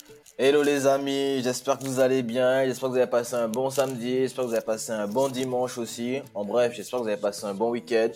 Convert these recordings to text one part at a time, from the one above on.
Hello les amis, j'espère que vous allez bien, j'espère que vous avez passé un bon samedi, j'espère que vous avez passé un bon dimanche aussi. En bref, j'espère que vous avez passé un bon week-end.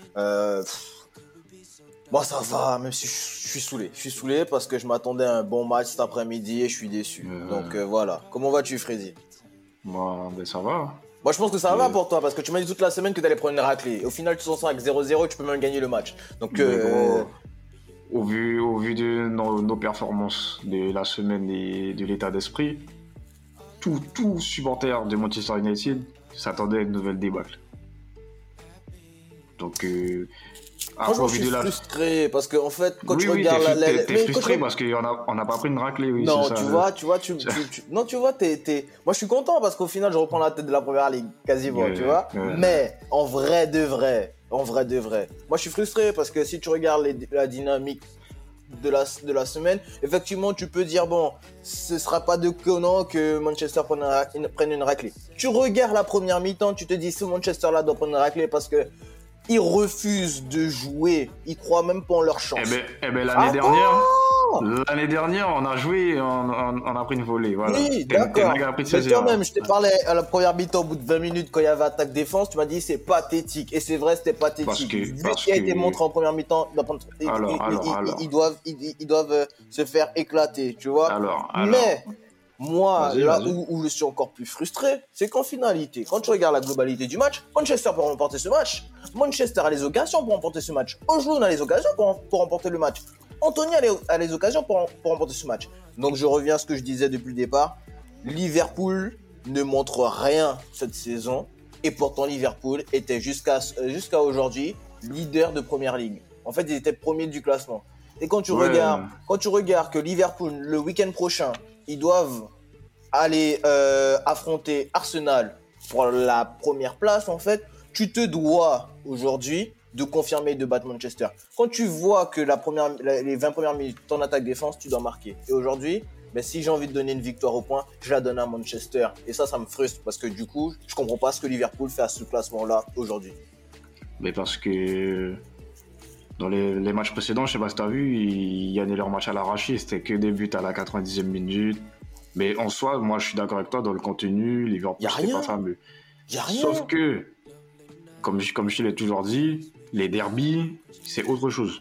Bon ça va, même si je suis saoulé parce que je m'attendais à un bon match cet après-midi et je suis déçu. Donc voilà, comment vas-tu Freddy? Moi, ben ça va. Moi je pense que ça va pour toi parce que tu m'as dit toute la semaine que tu allais prendre une raclée. Et au final tu t'en sors avec 0-0 et tu peux même gagner le match. Donc Mais gros, au vu de nos performances de la semaine et de l'état d'esprit, tout supporter de Manchester United s'attendait à une nouvelle débâcle. Donc, franchement au je vu suis de la... frustré parce que en fait quand tu Oui, regardes t'es frustré parce qu'on n'a pas pris une raclée, oui, non, c'est ça. non, tu vois, moi, je suis content parce qu'au final, je reprends la tête de la première ligue, quasiment, tu vois. Mais, en vrai de vrai, moi, je suis frustré parce que si tu regardes la dynamique de la semaine, effectivement, tu peux dire, bon, ce sera pas déconnant que Manchester prenne une raclée. Tu regardes la première mi-temps, tu te dis, ce Manchester-là doit prendre une raclée parce que ils refusent de jouer. Ils croient même pas en leur chance. L'année dernière, on a joué, on a pris une volée. Voilà. Oui, d'accord. A pris de Mais ses quand erreurs. même, je t'ai parlé à la première mi-temps, au bout de 20 minutes, quand il y avait attaque-défense, tu m'as dit c'est pathétique. Et c'est vrai, c'était pathétique. Vu ce qui a été montré en première mi-temps, ils doivent se faire éclater, tu vois. Mais moi, où je suis encore plus frustré, c'est qu'en finalité, quand tu regardes la globalité du match, Manchester peut remporter ce match. Manchester a les occasions pour remporter ce match. Ojloun a les occasions pour remporter le match. Anthony a les occasions pour remporter ce match. Donc je reviens à ce que je disais depuis le départ. Liverpool ne montre rien cette saison. Et pourtant Liverpool était jusqu'à aujourd'hui leader de Première Ligue. En fait, ils étaient premiers du classement. Et quand tu regardes que Liverpool, le week-end prochain, ils doivent aller affronter Arsenal pour la première place, en fait, tu te dois aujourd'hui de confirmer et de battre Manchester. Quand tu vois que les 20 premières minutes, ton attaque-défense, tu dois marquer. Et aujourd'hui, si j'ai envie de donner une victoire au point, je la donne à Manchester. Et ça me frustre parce que du coup, je comprends pas ce que Liverpool fait à ce classement-là aujourd'hui. Mais parce que dans les matchs précédents, je sais pas si tu as vu, ils gagnaient leur match à l'arraché. C'était que des buts à la 90e minute. Mais en soi, moi, je suis d'accord avec toi, dans le contenu, Liverpool, c'était pas fameux. Y a rien. Sauf que, comme je te l'ai toujours dit, les derbies, c'est autre chose.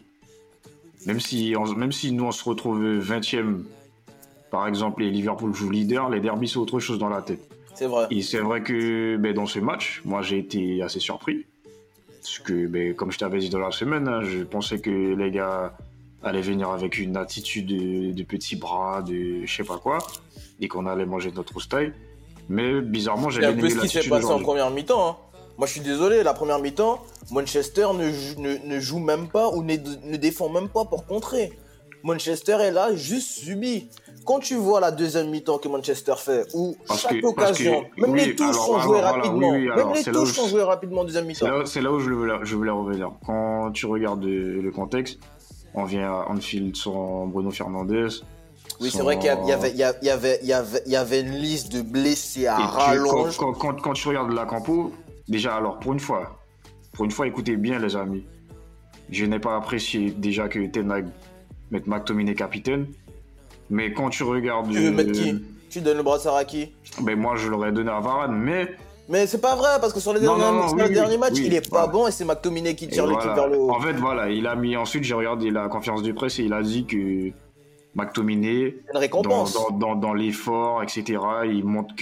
Même si nous, on se retrouve 20e, par exemple, et Liverpool joue leader, les derbies, c'est autre chose dans la tête. C'est vrai. Et c'est vrai que dans ce match, moi, j'ai été assez surpris. Parce que, comme je t'avais dit dans la semaine, hein, je pensais que les gars allaient venir avec une attitude de petits bras, de je sais pas quoi, et qu'on allait manger notre style. Mais bizarrement, j'ai bien aimé l'attitude. C'est un peu ce qui s'est passé en première mi-temps. Hein. Moi, je suis désolé, la première mi-temps, Manchester ne joue même pas ou ne défend même pas pour contrer. Manchester est là, juste subi. Quand tu vois la deuxième mi-temps que Manchester fait, où chaque occasion, même les touches sont jouées rapidement. Même les touches sont jouées rapidement en deuxième mi-temps. C'est là où je voulais revenir. Quand tu regardes le contexte, on vient à Anfield sans Bruno Fernandes. Oui, c'est vrai qu'il y avait une liste de blessés à rallonge. Quand tu regardes la compo, déjà, alors, pour une fois, écoutez bien, les amis. Je n'ai pas apprécié déjà que Ten Hag mette McTominay capitaine. Mais quand tu regardes... Tu veux mettre qui? Tu donnes le brassard à qui? Moi, je l'aurais donné à Varane, mais c'est pas vrai, parce que sur les derniers matchs, il est pas bon et c'est McTominay qui tire l'équipe vers le haut. En fait, voilà, il a mis... Ensuite, j'ai regardé la conférence de presse et il a dit que McTominay, dans l'effort, etc., il montre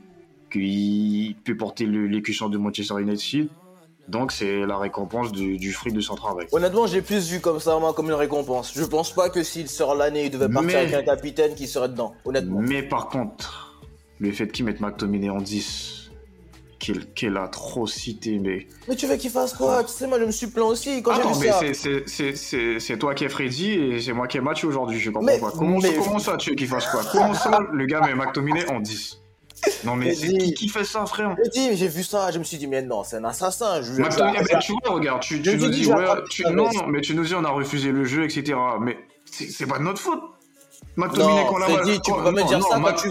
qu'il peut porter l'écusson de Manchester United. Donc, c'est la récompense du fruit de son travail. Honnêtement, j'ai plus vu comme ça, moi, comme une récompense. Je pense pas que s'il sort l'année, il devait partir avec un capitaine qui serait dedans, honnêtement. Mais par contre, le fait qu'il mette McTominay en 10, quelle atrocité, Mais tu veux qu'il fasse quoi? Tu sais, moi, je me suis plaint aussi quand j'ai vu ça. C'est toi qui es Freddy et c'est moi qui ai Mathieu aujourd'hui, je comprends pas. Comment ça, tu veux qu'il fasse quoi? Comment ça, le gars met McTominay en 10? Non mais c'est qui fait ça, frère? J'ai vu ça, je me suis dit mais non, c'est un assassin. Tu vois, regarde, tu nous dis mais tu nous dis on a refusé le jeu, etc. Mais c'est pas de notre faute. McTominay qu'on l'a. Tu peux pas me dire ça quand tu vois.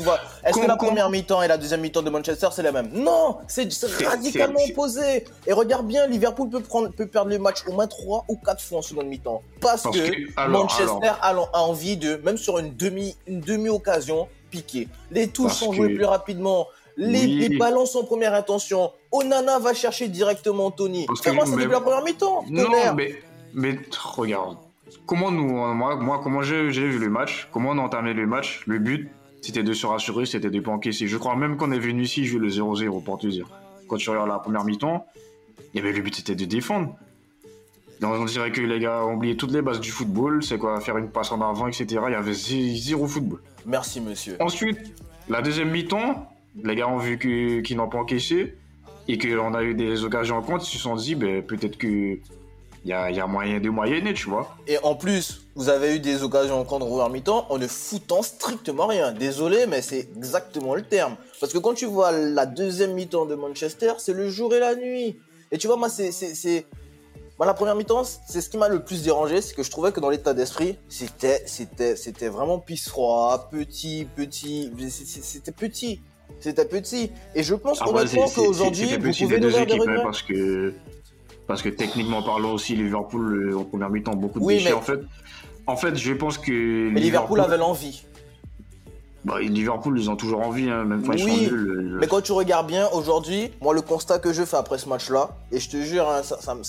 Est-ce que la première mi-temps et la deuxième mi-temps de Manchester, c'est la même? Non, c'est radicalement opposé. Et regarde bien, Liverpool peut perdre le match au moins 3 ou 4 fois en seconde mi-temps. Parce que Manchester a envie de, même sur une demi-occasion, piquer. Les touches sont jouées plus rapidement. Les ballons sont en première intention. Onana va chercher directement Tony. Moi, c'est depuis la première mi-temps. Non, mais regarde. Comment comment j'ai vu le match, comment on a entamé le match, le but, c'était de se rassurer, c'était de ne pas encaisser. Je crois même qu'on est venu ici jouer le 0-0, pour te dire. Quand tu regardes la première mi-temps, il y avait le but, c'était de défendre. Donc, on dirait que les gars ont oublié toutes les bases du football, c'est quoi, faire une passe en avant, etc. Il y avait zéro football. Merci, monsieur. Ensuite, la deuxième mi-temps, les gars ont vu qu'ils n'ont pas encaissé et qu'on a eu des occasions en compte, ils se sont dit, peut-être que il y a moyen de moyenner, tu vois. Et en plus, vous avez eu des occasions en contre première mi-temps en ne foutant strictement rien. Désolé, mais c'est exactement le terme. Parce que quand tu vois la deuxième mi-temps de Manchester, c'est le jour et la nuit. Et tu vois, moi, moi, la première mi-temps, c'est ce qui m'a le plus dérangé, c'est que je trouvais que dans l'état d'esprit, c'était vraiment pisse-froid, petit, c'était petit. C'était petit. Et je pense honnêtement qu'aujourd'hui, vous pouvez nous faire des regrets. Parce que techniquement parlant aussi, Liverpool, en première mi-temps, beaucoup de déchets. En fait, je pense que... Mais Liverpool avait l'envie. Liverpool, ils ont toujours envie, hein, même quand ils sont nuls. Mais quand tu regardes bien, aujourd'hui, moi, le constat que je fais après ce match-là, et je te jure, hein,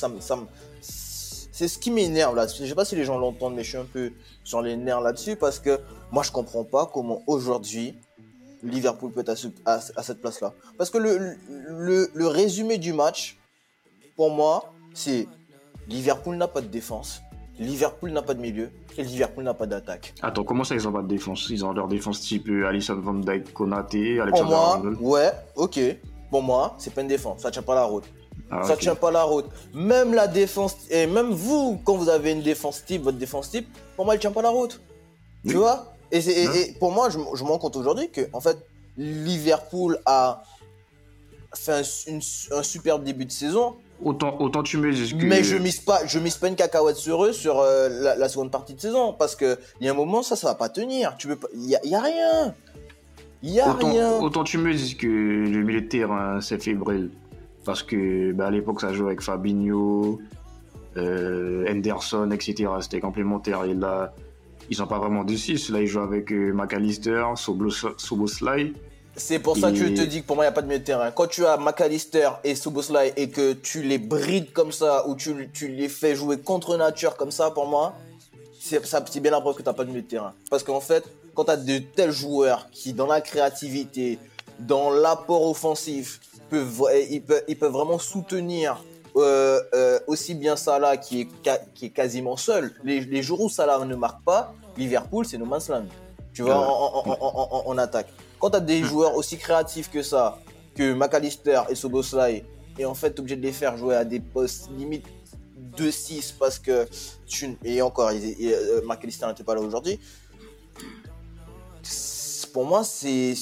c'est ce qui m'énerve là. Je sais pas si les gens l'entendent, mais je suis un peu sur les nerfs là-dessus, parce que moi, je comprends pas comment aujourd'hui, Liverpool peut être à cette place-là. Parce que le résumé du match, pour moi, c'est Liverpool n'a pas de défense, Liverpool n'a pas de milieu et Liverpool n'a pas d'attaque. Attends, comment ça ils ont pas de défense? Ils ont leur défense type Alisson, Van Dijk, Konaté, Alexander Arnold. Ouais, ok. Pour moi, c'est pas une défense, ça tient pas la route. Ça tient pas la route. Même la défense, et même vous, quand vous avez une défense type, votre défense type, pour moi, elle tient pas la route. Oui. Tu vois? Et pour moi, je me rends compte aujourd'hui que, en fait, Liverpool a fait un superbe début de saison. Autant tu me dis que... Mais je mise pas une cacahuète sur eux sur la seconde partie de saison, parce que il y a un moment ça va pas tenir. Tu peux pas, il y a rien. Rien. Autant tu me dis que le milieu de terrain c'est fébrile, parce que à l'époque ça jouait avec Fabinho, Henderson, etc. C'était complémentaire, et là ils ont pas vraiment de 6. Là ils jouent avec McAllister, Szoboszlai. C'est pour ça que je te dis que pour moi, il n'y a pas de milieu de terrain. Quand tu as McAllister et Szoboszlai et que tu les brides comme ça, ou tu les fais jouer contre nature comme ça, pour moi, c'est bien la preuve que tu n'as pas de milieu de terrain. Parce qu'en fait, quand tu as de tels joueurs qui, dans la créativité, dans l'apport offensif, ils peuvent vraiment soutenir aussi bien Salah qui est quasiment seul. Les jours où Salah ne marque pas, Liverpool, c'est no man's land. Tu vois, en attaque. Quand tu as des joueurs aussi créatifs que ça, que McAllister et Szoboszlai, et en fait, tu es obligé de les faire jouer à des postes limite 2-6 parce que et encore, McAllister n'était pas là aujourd'hui. Pour moi, c'est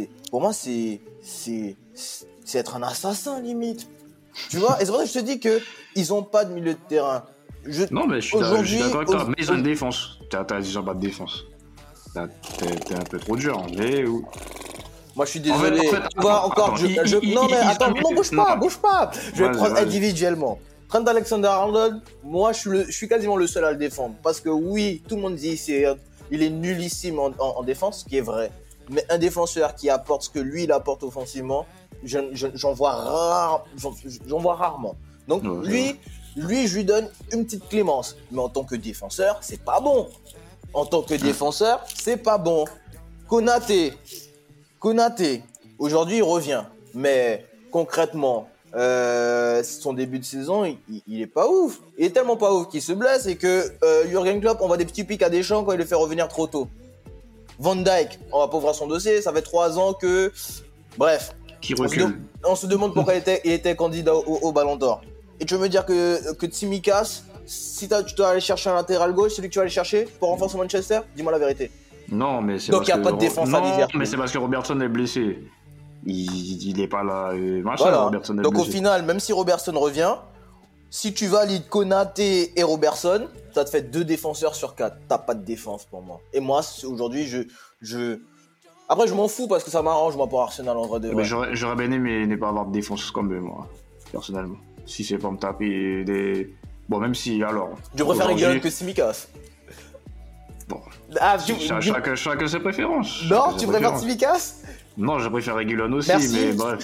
être un assassin limite. Tu vois, et c'est pour ça que je te dis que ils ont pas de milieu de terrain. Non, mais je suis d'accord avec toi. Mais ils ont une défense. Ils ont pas de défense. T'es un peu trop dur, mais... Moi, je suis désolé. Tu vois, encore... Non, mais attends, non, bouge pas. Je vais prendre individuellement. Trent Alexander-Arnold, moi, je suis quasiment le seul à le défendre. Parce que oui, tout le monde dit il est nullissime en défense, ce qui est vrai. Mais un défenseur qui apporte ce que lui, il apporte offensivement, j'en vois rarement. Donc, lui, je lui donne une petite clémence. Mais en tant que défenseur, c'est pas bon. En tant que défenseur, c'est pas bon. Konaté, aujourd'hui il revient, mais concrètement, son début de saison, il est pas ouf. Il est tellement pas ouf qu'il se blesse et que Jürgen Klopp envoie des petits pics à Deschamps quand il le fait revenir trop tôt. Van Dijk, on va pas ouvrir son dossier, ça fait 3 ans que... Bref, qui recule. On se demande pourquoi il était candidat au Ballon d'Or. Et tu veux me dire que Tsimikas, si tu dois aller chercher un latéral gauche, c'est lui que tu vas aller chercher pour renforcer Manchester? Dis-moi la vérité. Non, mais c'est donc il n'y a pas de défense à Liverpool. Non, mais c'est parce que Robertson est blessé. Il n'est pas là. Voilà. Robertson est donc blessé. Au final, même si Robertson revient, si tu valides Konaté et Robertson, ça te fait 2 défenseurs sur 4. T'as pas de défense pour moi. Et moi, aujourd'hui, Après, je m'en fous parce que ça m'arrange, moi, pour Arsenal, en vrai de vrai. Mais j'aurais bien aimé ne pas avoir de défense comme eux, moi, personnellement. Si c'est pour me taper des... Bon, même si, alors... Je préfère Reguilon que Tsimikas. Bon, chacun ses préférences. Non, tu préfères Tsimikas? Non, je préfère Reguilon aussi, merci. Mais bref.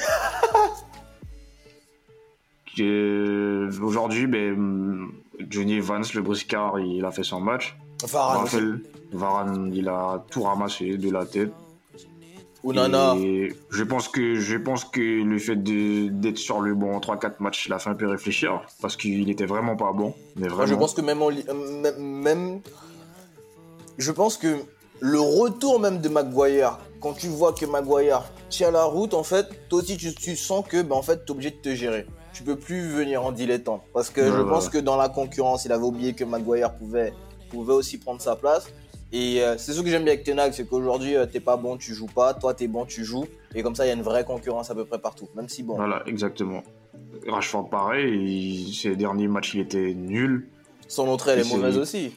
Aujourd'hui, Johnny Evans, le briscard, il a fait son match. Varane, il a tout ramassé de la tête. Onana. Et je pense que le fait d'être sur le banc 3-4 matchs l'a fait un peu réfléchir parce qu'il était vraiment pas bon. Mais vraiment. Moi, je pense que je pense que le retour même de Maguire, quand tu vois que Maguire tient la route, en fait, toi aussi tu sens que en fait, t'es obligé de te gérer. Tu peux plus venir en dilettant parce que je pense que dans la concurrence, il avait oublié que Maguire pouvait aussi prendre sa place. Et c'est ce que j'aime bien avec Ten Hag, c'est qu'aujourd'hui t'es pas bon, tu joues pas, toi t'es bon, tu joues, et comme ça il y a une vraie concurrence à peu près partout, même si bon. Voilà, exactement. Rashford pareil, ses derniers matchs il était nul. Son entrée elle est mauvaise aussi.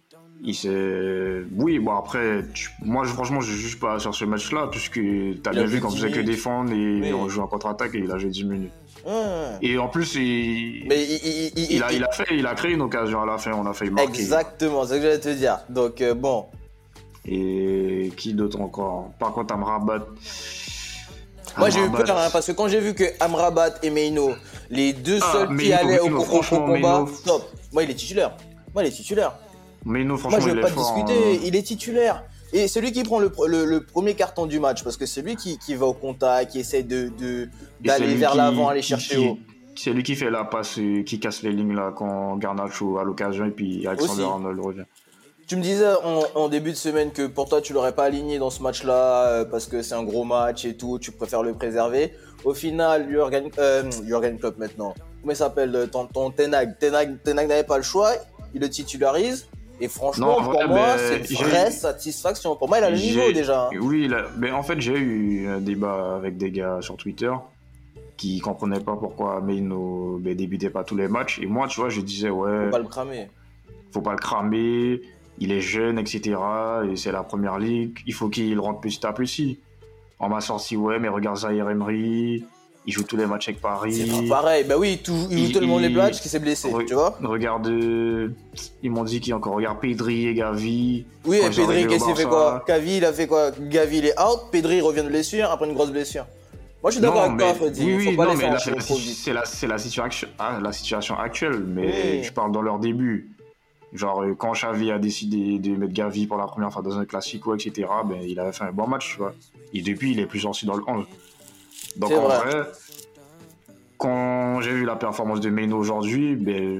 Oui, bon après, moi franchement je juge pas sur ce match-là, puisque t'as bien vu qu'on faisait que défendre et on joue en contre-attaque et il a joué 10 minutes. Et en plus, il a créé une occasion à la fin, on a failli marquer. Exactement, c'est ce que j'allais te dire. Donc bon. Et qui d'autre encore? Par contre, Amrabat. Moi j'ai eu peur parce que quand j'ai vu que Amrabat et Meino, les deux seuls qui allaient au combat, stop. Moi il est titulaire. Meino, franchement, moi je vais pas discuter, il est titulaire. Et celui qui prend le premier carton du match, parce que c'est lui qui va au contact, qui essaie d'aller vers l'avant, aller chercher haut. C'est lui qui fait la passe, qui casse les lignes là quand Garnacho a l'occasion et puis Alexander-Arnold revient. Tu me disais en début de semaine que pour toi tu l'aurais pas aligné dans ce match-là parce que c'est un gros match et tout, tu préfères le préserver. Au final, Jürgen Klopp maintenant, comment il s'appelle ton Ten Hag n'avait pas le choix, il le titularise. Et franchement, pour moi, c'est une vraie satisfaction. Pour moi, il a le niveau déjà. Oui, mais en fait, j'ai eu un débat avec des gars sur Twitter qui comprenaient pas pourquoi Meino débutait pas tous les matchs. Et moi, tu vois, je disais, ouais. Faut pas le cramer. Il est jeune, etc. Et c'est la première ligue. Il faut qu'il rentre petit à petit. On m'a sorti, ouais, mais regarde Zaïre Emery. Il joue tous les matchs avec Paris. C'est pas pareil. Bah oui, il joue tellement les matchs qu'il s'est blessé, tu vois. Regarde, ils m'ont dit qu'il y a encore. Regarde Pedri et Gavi. Oui, et Pedri, qu'est-ce qu'il fait quoi? Gavi, il a fait quoi? Gavi, il est out. Pedri revient de blessure après une grosse blessure. Moi, je suis d'accord avec toi, Freddy. Oui, faut pas non, les faire mais c'est la situation actuelle. Mais je parle dans leur début. Genre, quand Xavi a décidé de mettre Gavi pour la première fois dans un Classico, etc., il avait fait un bon match, tu vois. Et depuis, il est plus sorti dans le 11. Donc en vrai, quand j'ai vu la performance de Meino aujourd'hui,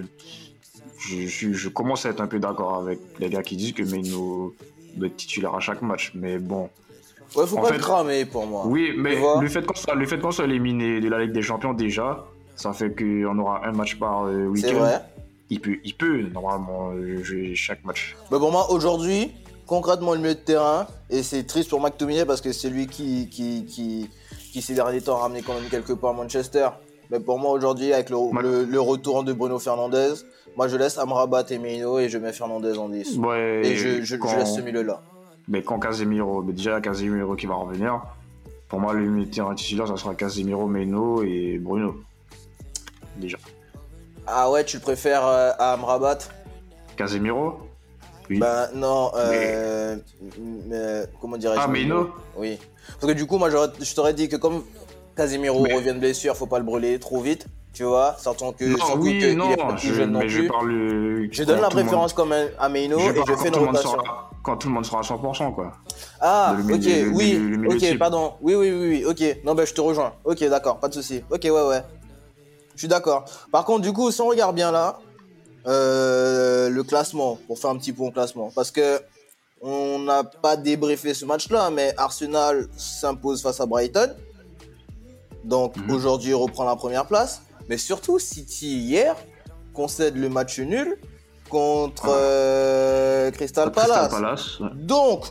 je commence à être un peu d'accord avec les gars qui disent que Meino doit être titulaire à chaque match. Mais bon. Ouais, faut pas le cramer pour moi. Oui, mais le fait qu'on soit éliminé de la Ligue des Champions déjà, ça fait qu'on aura un match par week-end. C'est vrai. Il peut normalement jouer chaque match. Mais pour moi, aujourd'hui, concrètement, le milieu de terrain, et c'est triste pour McTominay parce que c'est lui qui ces derniers temps a ramené quand même quelques points à Manchester. Mais pour moi, aujourd'hui, avec le retour de Bruno Fernandes, moi je laisse Amrabat et Meino et je mets Fernandes en 10. Ouais, et je laisse ce milieu-là. Mais quand Casemiro qui va revenir, pour moi, le milieu de terrain titulaire, ça sera Casemiro, Meino et Bruno. Déjà. Ah ouais, tu le préfères à Amrabat? Casemiro? Oui. Bah non, comment dirais-je? Ah, Meino? Oui. Parce que du coup, moi je t'aurais dit que comme Casemiro revient de blessure, faut pas le brûler trop vite, tu vois, sortant que il est pas plus jeune non plus. Je donne la préférence comme à Meino et je fais une rotation. Quand tout le monde sera à 100%, quoi. Ah, ok, pardon. Oui, ok. Non, je te rejoins. Ok, d'accord, pas de souci. Ok, ouais. Je suis d'accord. Par contre, du coup, si on regarde bien là, le classement, pour faire un petit point au classement, parce que on n'a pas débriefé ce match-là, mais Arsenal s'impose face à Brighton. Donc aujourd'hui, il reprend la première place. Mais surtout, City hier concède le match nul contre Crystal Palace. Ouais. Donc,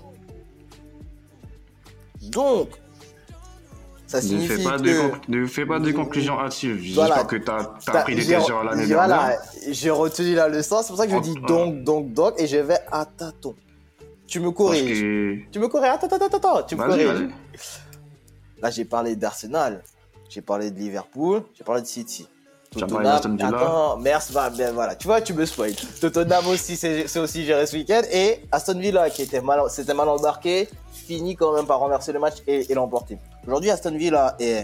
ça signifie ne fais pas de conclusion hâtive. J'espère que t'as pris des mesures l'année dernière. Voilà, j'ai retenu la leçon. C'est pour ça que je dis donc, et je vais à tâtons. Tu me corriges. Tu me corriges. Attends. Tu me corriges. Vas-y. Là, j'ai parlé d'Arsenal. J'ai parlé de Liverpool. J'ai parlé de City. Tu as parlé d'Aston Villa. Attends, merci. Voilà. Tu vois, tu me spoil. Tottenham aussi, c'est aussi géré ce week-end. Et Aston Villa, qui s'était mal embarqué, finit quand même par renverser le match et l'emporter. Aujourd'hui, Aston Villa est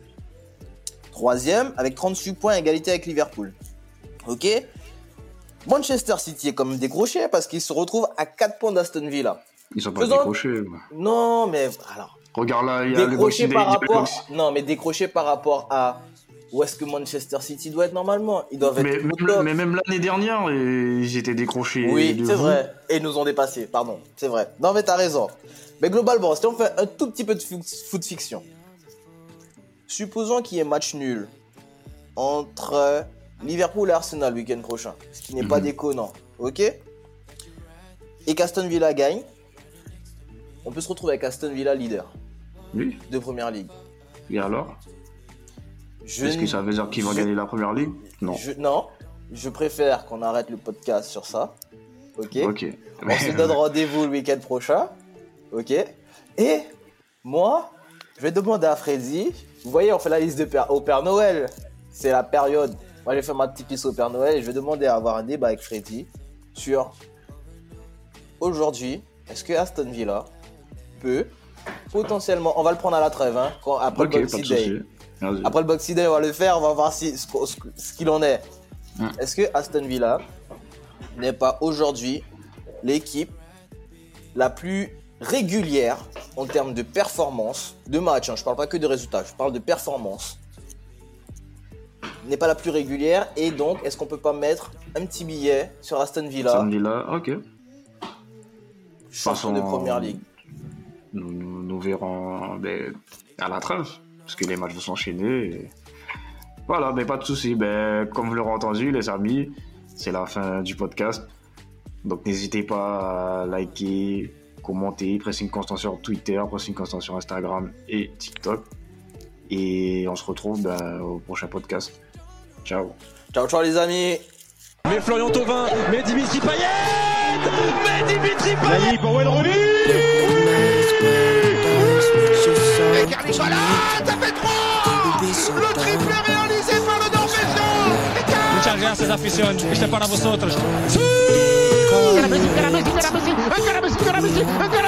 3e avec 38 points, égalité avec Liverpool. Ok. Manchester City est quand même décroché parce qu'il se retrouve à 4 points d'Aston Villa. Ils sont pas décrochés. Non, mais alors. Regarde là, il y a le Boxing Day. Non, mais décroché par rapport à où est-ce que Manchester City doit être normalement. Ils doivent être mais même l'année dernière, ils étaient décrochés. Oui, c'est vrai. Et ils nous ont dépassés, pardon. C'est vrai. Non, mais t'as raison. Mais globalement, si on fait un tout petit peu de foot fiction, supposons qu'il y ait match nul entre Liverpool et Arsenal le week-end prochain, ce qui n'est pas déconnant, ok? Et qu'Aston Villa gagne, on peut se retrouver avec Aston Villa leader de Première Ligue. Et alors? Est-ce que ça veut dire qu'ils vont gagner la Première Ligue? Non. Non, je préfère qu'on arrête le podcast sur ça, ok? On se donne rendez-vous le week-end prochain, ok? Et moi, je vais demander à Freddy, vous voyez, on fait la liste au Père Noël, c'est la période. Moi, je vais faire ma petite liste au Père Noël et je vais demander à avoir un débat avec Freddy sur aujourd'hui, est-ce que Aston Villa peut potentiellement, on va le prendre à la trêve, hein, après le Boxing Day. Après le Boxing Day, on va le faire, on va voir ce qu'il en est. Est-ce que Aston Villa n'est pas aujourd'hui l'équipe la plus régulière en termes de performance, de match, hein, je parle pas que de résultats, je parle de performance, n'est pas la plus régulière, et donc est-ce qu'on peut pas mettre un petit billet sur Aston Villa? Aston Villa, ok. Champion de Première Ligue. Nous verrons à la trêve, parce que les matchs vont s'enchaîner. Et... Voilà, mais pas de soucis. Comme vous l'aurez entendu, les amis, c'est la fin du podcast. Donc n'hésitez pas à liker, commenter, Pressing Constant sur Twitter, Pressing Constant sur Instagram et TikTok. Et on se retrouve au prochain podcast. Ciao. Ciao les amis. Mais Florian Thauvin, mais Dimitri Payet, Nani pour Wayne Rooney. Et Carnicola, ça fait 3. Le triplé réalisé par le Norvégien. Muchas gracias afición, este para vosotros. Messi.